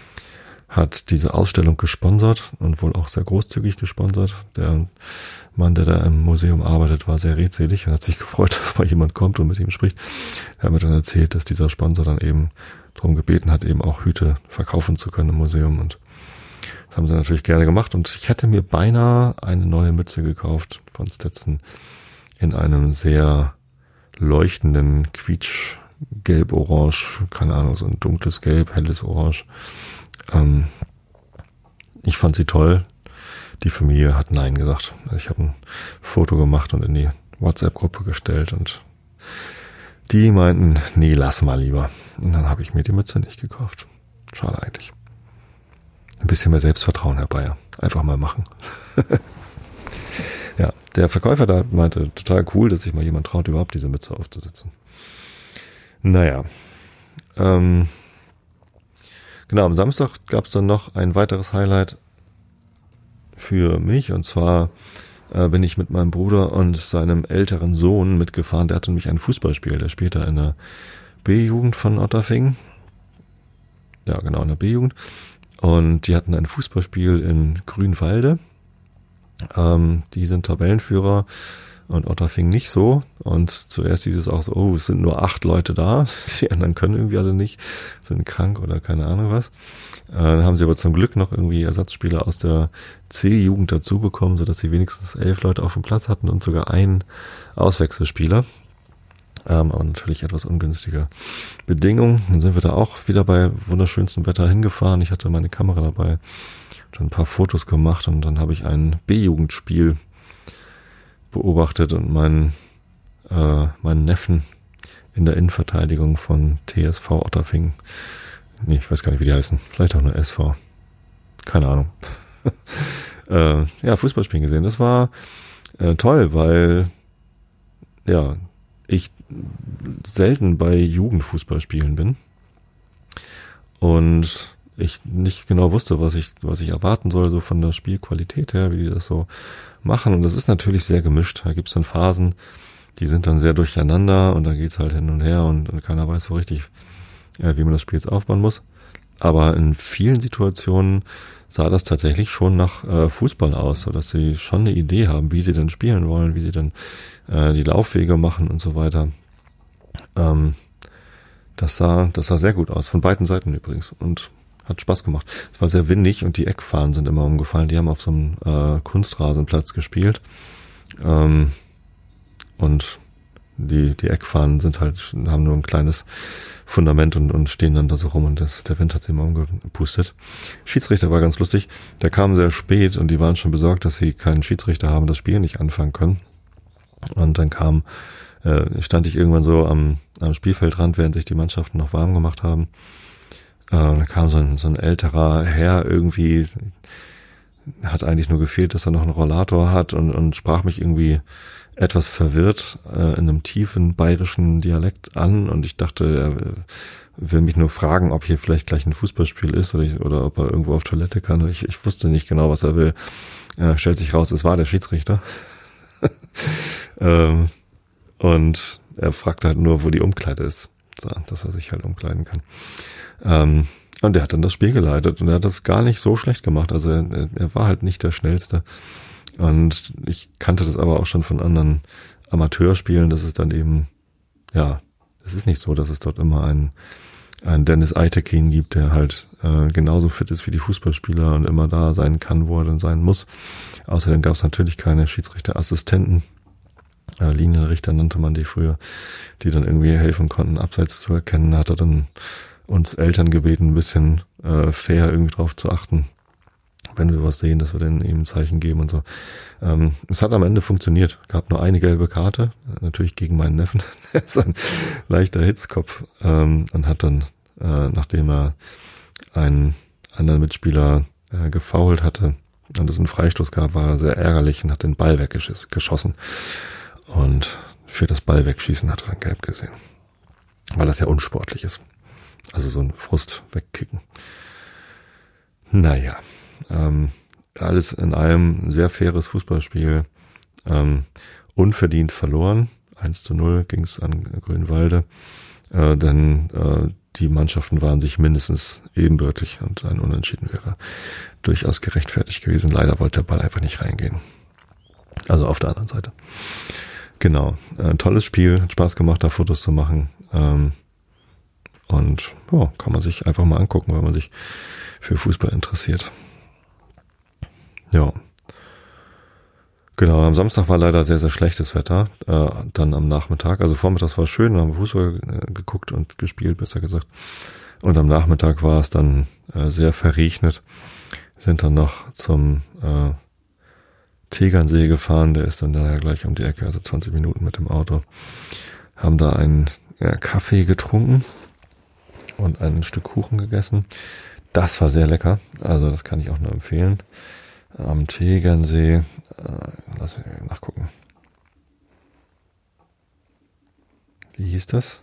hat diese Ausstellung gesponsert und wohl auch sehr großzügig gesponsert. Der Mann, der da im Museum arbeitet, war sehr redselig und hat sich gefreut, dass mal jemand kommt und mit ihm spricht. Er hat mir dann erzählt, dass dieser Sponsor dann eben darum gebeten hat, eben auch Hüte verkaufen zu können im Museum, und das haben sie natürlich gerne gemacht und ich hätte mir beinahe eine neue Mütze gekauft von Stetson in einem sehr leuchtenden Quietsch, gelb-orange, keine Ahnung, so ein dunkles Gelb, helles Orange. Ähm, ich fand sie toll. Die Familie hat Nein gesagt. Also ich habe ein Foto gemacht und in die WhatsApp-Gruppe gestellt und die meinten, nee, lass mal lieber. Und dann habe ich mir die Mütze nicht gekauft. Schade eigentlich. Ein bisschen mehr Selbstvertrauen, Herr Bayer. Einfach mal machen. Ja, der Verkäufer da meinte, total cool, dass sich mal jemand traut, überhaupt diese Mütze aufzusetzen. Naja. Ähm, genau, am Samstag gab es dann noch ein weiteres Highlight für mich, und zwar äh, bin ich mit meinem Bruder und seinem älteren Sohn mitgefahren. Der hatte nämlich ein Fußballspiel, der spielt da in der B-Jugend von Otterfing. Ja, genau, in der B-Jugend. Und die hatten ein Fußballspiel in Grünwalde. Ähm, die sind Tabellenführer und Otterfing nicht so. Und zuerst hieß es auch so, oh, es sind nur acht Leute da. Die anderen können irgendwie alle nicht, sind krank oder keine Ahnung was. Äh, dann haben sie aber zum Glück noch irgendwie Ersatzspieler aus der C-Jugend dazu bekommen, sodass sie wenigstens elf Leute auf dem Platz hatten und sogar einen Auswechselspieler. Ähm, aber natürlich etwas ungünstige Bedingungen. Dann sind wir da auch wieder bei wunderschönstem Wetter hingefahren. Ich hatte meine Kamera dabei, dann ein paar Fotos gemacht und dann habe ich ein B-Jugendspiel beobachtet und meinen, äh, meinen Neffen in der Innenverteidigung von T S V Otterfing. Nee, ich weiß gar nicht, wie die heißen. Vielleicht auch nur S V. Keine Ahnung. äh, ja, Fußballspielen gesehen. Das war äh, toll, weil ja, ich selten bei Jugendfußballspielen bin und ich nicht genau wusste, was ich was ich erwarten soll, so von der Spielqualität her, wie die das so machen. Und das ist natürlich sehr gemischt. Da gibt's dann Phasen, die sind dann sehr durcheinander und da geht's halt hin und her und, und keiner weiß so richtig, ja, wie man das Spiel jetzt aufbauen muss. Aber in vielen Situationen sah das tatsächlich schon nach äh, Fußball aus, so dass sie schon eine Idee haben, wie sie denn spielen wollen, wie sie dann äh, die Laufwege machen und so weiter. Ähm, das sah, das sah sehr gut aus, von beiden Seiten übrigens, und hat Spaß gemacht. Es war sehr windig und die Eckfahnen sind immer umgefallen. Die haben auf so einem äh, Kunstrasenplatz gespielt. Ähm, und die, die Eckfahnen sind halt, haben nur ein kleines Fundament und, und stehen dann da so rum und das, der Wind hat sie immer umgepustet. Schiedsrichter war ganz lustig. Der kam sehr spät und die waren schon besorgt, dass sie keinen Schiedsrichter haben, das Spiel nicht anfangen können. Und dann kam äh, stand ich irgendwann so am, am Spielfeldrand, während sich die Mannschaften noch warm gemacht haben. Äh, da kam so ein, so ein älterer Herr irgendwie, hat eigentlich nur gefehlt, dass er noch einen Rollator hat und, und sprach mich irgendwie etwas verwirrt äh, in einem tiefen bayerischen Dialekt an und ich dachte, er will mich nur fragen, ob hier vielleicht gleich ein Fußballspiel ist oder, ich, oder ob er irgendwo auf Toilette kann. Ich, ich wusste nicht genau, was er will. Äh, stellt sich raus, es war der Schiedsrichter. ähm, und er fragte halt nur, wo die Umkleide ist, so, dass er sich halt umkleiden kann. Ähm, und er hat dann das Spiel geleitet und er hat das gar nicht so schlecht gemacht. Also er, er war halt nicht der Schnellste. Und ich kannte das aber auch schon von anderen Amateurspielen, dass es dann eben, ja, es ist nicht so, dass es dort immer einen, einen Dennis Eitekin gibt, der halt äh, genauso fit ist wie die Fußballspieler und immer da sein kann, wo er dann sein muss. Außerdem gab es natürlich keine Schiedsrichterassistenten, äh, Linienrichter nannte man die früher, die dann irgendwie helfen konnten, Abseits zu erkennen. Hat er dann uns Eltern gebeten, ein bisschen äh, fair irgendwie drauf zu achten, wenn wir was sehen, dass wir dann eben ein Zeichen geben und so. Ähm, es hat am Ende funktioniert. Gab nur eine gelbe Karte, natürlich gegen meinen Neffen. Er ist ein leichter Hitzkopf ähm, und hat dann, äh, nachdem er einen anderen Mitspieler äh, gefoult hatte und es einen Freistoß gab, war er sehr ärgerlich und hat den Ball weggeschossen. Und für das Ball wegschießen hat er dann gelb gesehen. Weil das ja unsportlich ist. Also so ein Frust wegkicken. Naja. Ähm, alles in allem ein sehr faires Fußballspiel, ähm, unverdient verloren, eins zu null ging es an Grünwalde, äh, denn äh, die Mannschaften waren sich mindestens ebenbürtig und ein Unentschieden wäre durchaus gerechtfertigt gewesen. Leider wollte der Ball einfach nicht reingehen. Also auf der anderen Seite. Genau, ein tolles Spiel, hat Spaß gemacht, da Fotos zu machen, ähm, und ja, kann man sich einfach mal angucken, wenn man sich für Fußball interessiert. Ja, genau, am Samstag war leider sehr, sehr schlechtes Wetter, äh, dann am Nachmittag, also vormittags war es schön, da haben wir Fußball äh, geguckt und gespielt, besser gesagt, und am Nachmittag war es dann äh, sehr verregnet, sind dann noch zum äh, Tegernsee gefahren, der ist dann da gleich um die Ecke, also zwanzig Minuten mit dem Auto, haben da einen ja, Kaffee getrunken und ein Stück Kuchen gegessen, das war sehr lecker, also das kann ich auch nur empfehlen. Am Tegernsee, äh, lass mich nachgucken. Wie hieß das?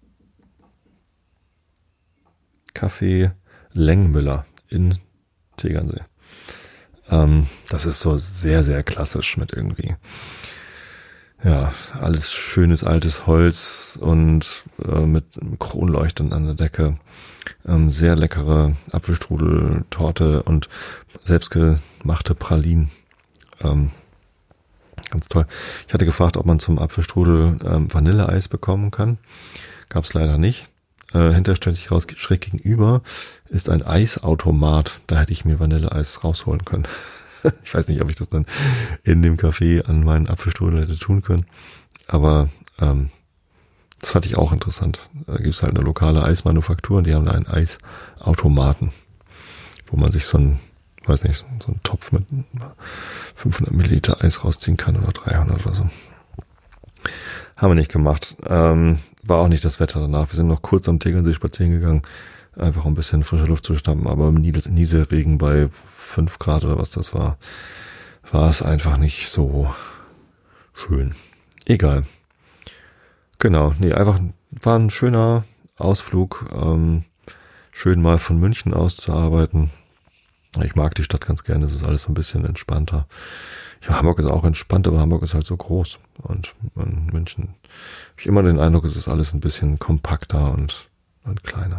Café Lengmüller in Tegernsee. Ähm, das ist so sehr, sehr klassisch mit irgendwie, ja, alles schönes altes Holz und äh, mit Kronleuchtern an der Decke. Ähm, sehr leckere Apfelstrudel, Torte und selbstgemachte Pralinen. Ähm, ganz toll. Ich hatte gefragt, ob man zum Apfelstrudel ähm, Vanilleeis bekommen kann. Gab's leider nicht. Äh, hinterher stellt sich raus, schräg gegenüber ist ein Eisautomat. Da hätte ich mir Vanilleeis rausholen können. Ich weiß nicht, ob ich das dann in dem Café an meinen Apfelstrudel hätte tun können. Aber ähm, das fand ich auch interessant. Da gibt's halt eine lokale Eismanufaktur und die haben da einen Eisautomaten, wo man sich so ein, weiß nicht, so einen Topf mit fünfhundert Milliliter Eis rausziehen kann oder dreihundert oder so. Haben wir nicht gemacht. Ähm, war auch nicht das Wetter danach. Wir sind noch kurz am Tegernsee spazieren gegangen, einfach um ein bisschen frische Luft zu schnappen, aber im Nieselregen bei fünf Grad oder was das war, war es einfach nicht so schön. Egal. Genau, nee, einfach war ein schöner Ausflug, ähm, schön mal von München aus zu arbeiten. Ich mag die Stadt ganz gerne, es ist alles so ein bisschen entspannter. Ja, Hamburg ist auch entspannt, aber Hamburg ist halt so groß. Und in München habe ich immer den Eindruck, es ist alles ein bisschen kompakter und, und kleiner.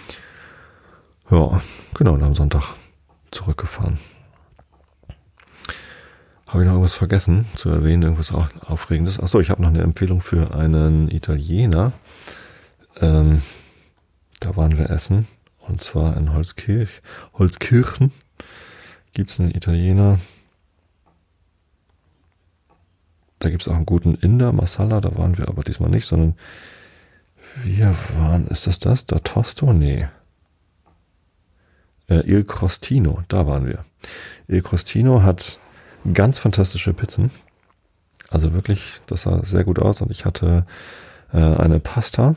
Ja, genau, und am Sonntag zurückgefahren. Habe ich noch irgendwas vergessen zu erwähnen, irgendwas Aufregendes? Achso, ich habe noch eine Empfehlung für einen Italiener. Ähm, da waren wir essen. Und zwar in Holzkirch, Holzkirchen gibt es einen Italiener. Da gibt es auch einen guten Inder, Masala, da waren wir aber diesmal nicht, sondern wir waren, ist das das? Da Tosto? Nee. Äh, Il Crostino, da waren wir. Il Crostino hat ganz fantastische Pizzen. Also wirklich, das sah sehr gut aus. Und ich hatte äh, eine Pasta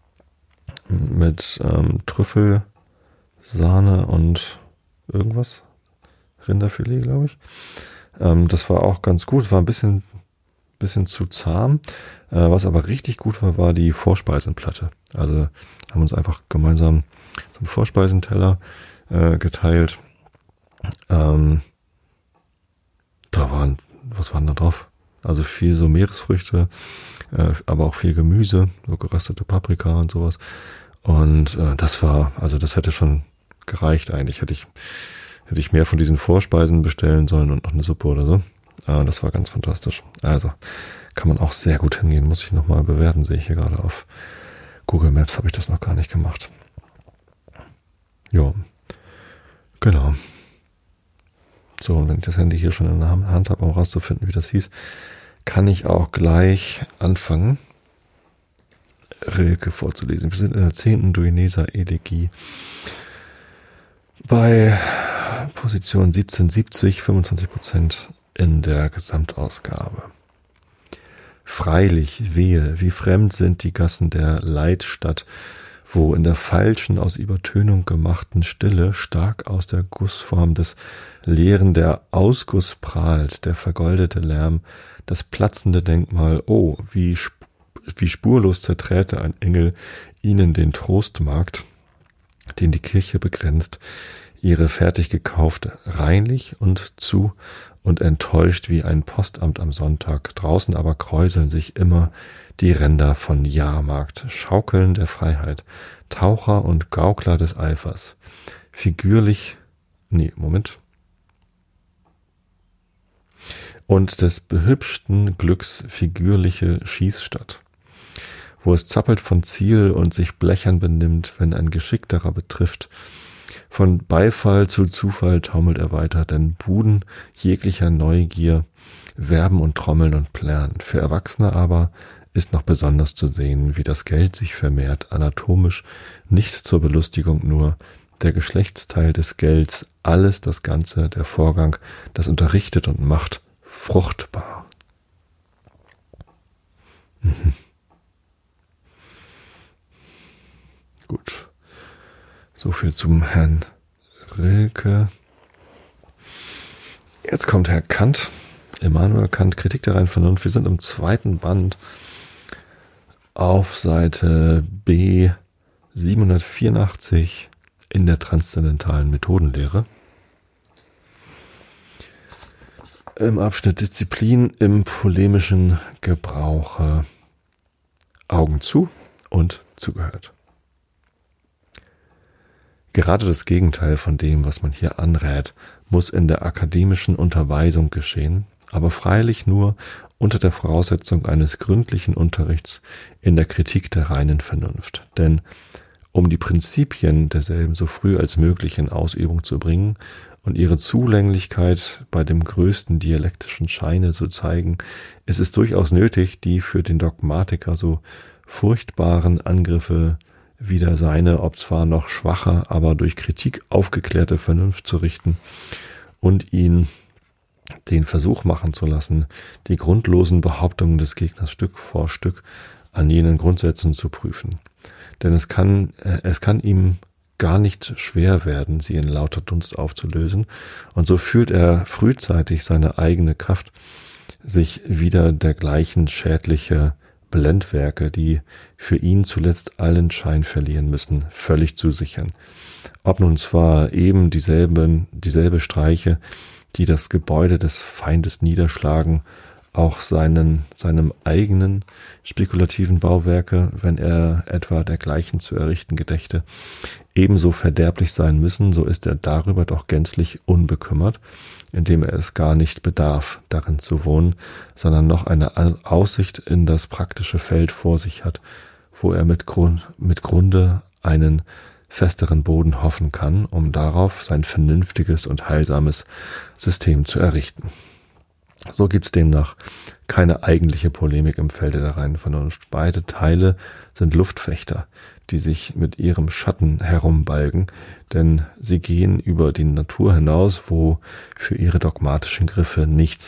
mit ähm, Trüffel, Sahne und irgendwas. Rinderfilet, glaube ich. Ähm, das war auch ganz gut. War ein bisschen, bisschen zu zahm. Äh, was aber richtig gut war, war die Vorspeisenplatte. Also haben uns einfach gemeinsam so einen Vorspeisenteller äh, geteilt. Ähm, da waren, was waren da drauf? Also viel so Meeresfrüchte, äh, aber auch viel Gemüse, so geröstete Paprika und sowas. Und äh, das war, also das hätte schon gereicht eigentlich. Hätte ich, hätte ich mehr von diesen Vorspeisen bestellen sollen und noch eine Suppe oder so. Äh, das war ganz fantastisch. Also kann man auch sehr gut hingehen. Muss ich nochmal bewerten, sehe ich hier gerade auf Google Maps, habe ich das noch gar nicht gemacht. Ja, genau. So, und wenn ich das Handy hier schon in der Hand habe, um rauszufinden, wie das hieß, kann ich auch gleich anfangen, Rilke vorzulesen. Wir sind in der zehnten Duineser Elegie bei Position siebzehnhundertsiebzig, fünfundzwanzig Prozent in der Gesamtausgabe. Freilich, wehe, wie fremd sind die Gassen der Leitstadt, wo in der falschen, aus Übertönung gemachten Stille stark aus der Gussform des Leeren der Ausguss prahlt, der vergoldete Lärm, das platzende Denkmal, oh, wie, sp- wie spurlos zerträte ein Engel ihnen den Trostmarkt, den die Kirche begrenzt, ihre fertig gekaufte, reinlich und zu und enttäuscht wie ein Postamt am Sonntag. Draußen aber kräuseln sich immer die Ränder von Jahrmarkt, Schaukeln der Freiheit, Taucher und Gaukler des Eifers. Figürlich, nee, Moment. Und des behübschten Glücks figürliche Schießstadt, wo es zappelt von Ziel und sich blechern benimmt, wenn ein Geschickterer betrifft. Von Beifall zu Zufall taumelt er weiter, denn Buden jeglicher Neugier werben und trommeln und plärren. Für Erwachsene aber ist noch besonders zu sehen, wie das Geld sich vermehrt, anatomisch, nicht zur Belustigung nur, der Geschlechtsteil des Gelds, alles das Ganze, der Vorgang, das unterrichtet und macht fruchtbar. Mhm. Gut. So viel zum Herrn Rilke. Jetzt kommt Herr Kant, Immanuel Kant, Kritik der reinen Vernunft. Wir sind im zweiten Band auf Seite B siebenhundertvierundachtzig in der transzendentalen Methodenlehre. Im Abschnitt Disziplin im polemischen Gebrauche. Augen zu und zugehört. Gerade das Gegenteil von dem, was man hier anrät, muss in der akademischen Unterweisung geschehen, aber freilich nur unter der Voraussetzung eines gründlichen Unterrichts in der Kritik der reinen Vernunft. Denn um die Prinzipien derselben so früh als möglich in Ausübung zu bringen und ihre Zulänglichkeit bei dem größten dialektischen Scheine zu zeigen, ist es durchaus nötig, die für den Dogmatiker so furchtbaren Angriffe wider seine, ob zwar noch schwache, aber durch Kritik aufgeklärte Vernunft zu richten und ihn den Versuch machen zu lassen, die grundlosen Behauptungen des Gegners Stück vor Stück an jenen Grundsätzen zu prüfen. Denn es kann, es kann ihm gar nicht schwer werden, sie in lauter Dunst aufzulösen, und so fühlt er frühzeitig seine eigene Kraft, sich wieder dergleichen schädliche Blendwerke, die für ihn zuletzt allen Schein verlieren müssen, völlig zu sichern. Ob nun zwar eben dieselben, dieselbe Streiche, die das Gebäude des Feindes niederschlagen, auch seinen, seinem eigenen spekulativen Bauwerke, wenn er etwa dergleichen zu errichten gedächte, ebenso verderblich sein müssen, so ist er darüber doch gänzlich unbekümmert, indem er es gar nicht bedarf, darin zu wohnen, sondern noch eine Aussicht in das praktische Feld vor sich hat, wo er mit, Grund, mit Grunde einen festeren Boden hoffen kann, um darauf sein vernünftiges und heilsames System zu errichten. So gibt's demnach keine eigentliche Polemik im Felde der reinen Vernunft. Beide Teile sind Luftfechter, die sich mit ihrem Schatten herumbalgen, denn sie gehen über die Natur hinaus, wo für ihre dogmatischen Griffe nichts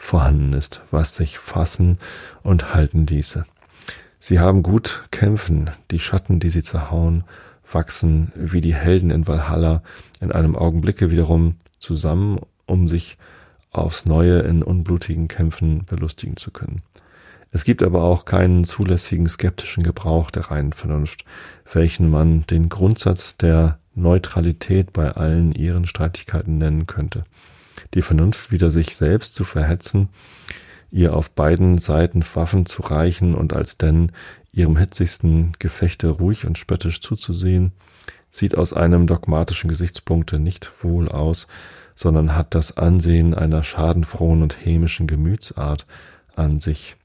vorhanden ist, was sich fassen und halten ließe. Sie haben gut kämpfen, die Schatten, die sie zerhauen, wachsen wie die Helden in Valhalla in einem Augenblicke wiederum zusammen, um sich aufs Neue in unblutigen Kämpfen belustigen zu können. Es gibt aber auch keinen zulässigen skeptischen Gebrauch der reinen Vernunft, welchen man den Grundsatz der Neutralität bei allen ihren Streitigkeiten nennen könnte. Die Vernunft wider sich selbst zu verhetzen, ihr auf beiden Seiten Waffen zu reichen und alsdenn ihrem hitzigsten Gefechte ruhig und spöttisch zuzusehen, sieht aus einem dogmatischen Gesichtspunkte nicht wohl aus, sondern hat das Ansehen einer schadenfrohen und hämischen Gemütsart an sich.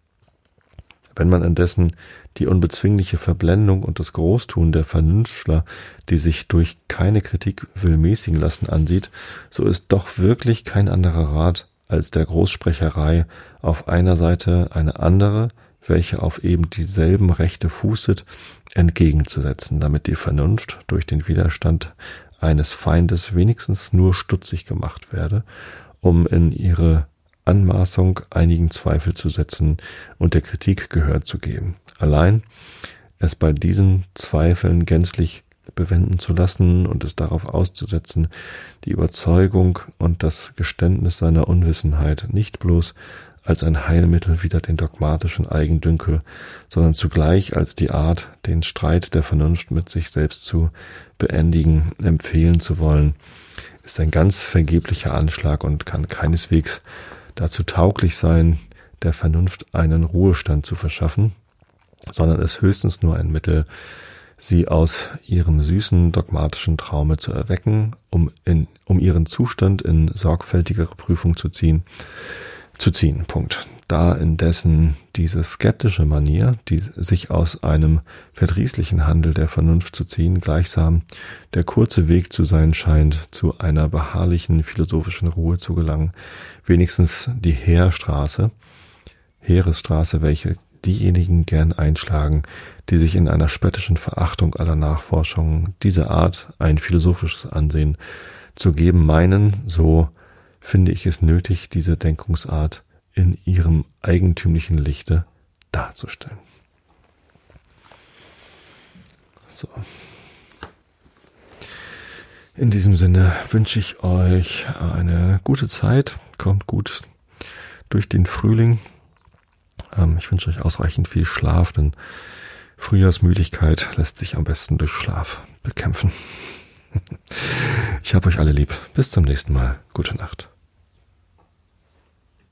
Wenn man indessen die unbezwingliche Verblendung und das Großtun der Vernünftler, die sich durch keine Kritik will mäßigen lassen, ansieht, so ist doch wirklich kein anderer Rat als der Großsprecherei auf einer Seite eine andere, welche auf eben dieselben Rechte fußet, entgegenzusetzen, damit die Vernunft durch den Widerstand eines Feindes wenigstens nur stutzig gemacht werde, um in ihre Anmaßung einigen Zweifel zu setzen und der Kritik Gehör zu geben. Allein es bei diesen Zweifeln gänzlich bewenden zu lassen und es darauf auszusetzen, die Überzeugung und das Geständnis seiner Unwissenheit nicht bloß als ein Heilmittel wider den dogmatischen Eigendünkel, sondern zugleich als die Art, den Streit der Vernunft mit sich selbst zu beendigen, empfehlen zu wollen, ist ein ganz vergeblicher Anschlag und kann keineswegs dazu tauglich sein, der Vernunft einen Ruhestand zu verschaffen, sondern ist höchstens nur ein Mittel, sie aus ihrem süßen dogmatischen Traume zu erwecken, um in, um ihren Zustand in sorgfältigere Prüfung zu ziehen, zu ziehen. Punkt. Da indessen diese skeptische Manier, die sich aus einem verdrießlichen Handel der Vernunft zu ziehen, gleichsam der kurze Weg zu sein scheint, zu einer beharrlichen philosophischen Ruhe zu gelangen, wenigstens die Heerstraße, Heeresstraße, welche diejenigen gern einschlagen, die sich in einer spöttischen Verachtung aller Nachforschungen dieser Art ein philosophisches Ansehen zu geben meinen, so finde ich es nötig, diese Denkungsart in ihrem eigentümlichen Lichte darzustellen. So. In diesem Sinne wünsche ich euch eine gute Zeit, kommt gut durch den Frühling. Ähm, ich wünsche euch ausreichend viel Schlaf, denn Frühjahrsmüdigkeit lässt sich am besten durch Schlaf bekämpfen. Ich habe euch alle lieb. Bis zum nächsten Mal. Gute Nacht.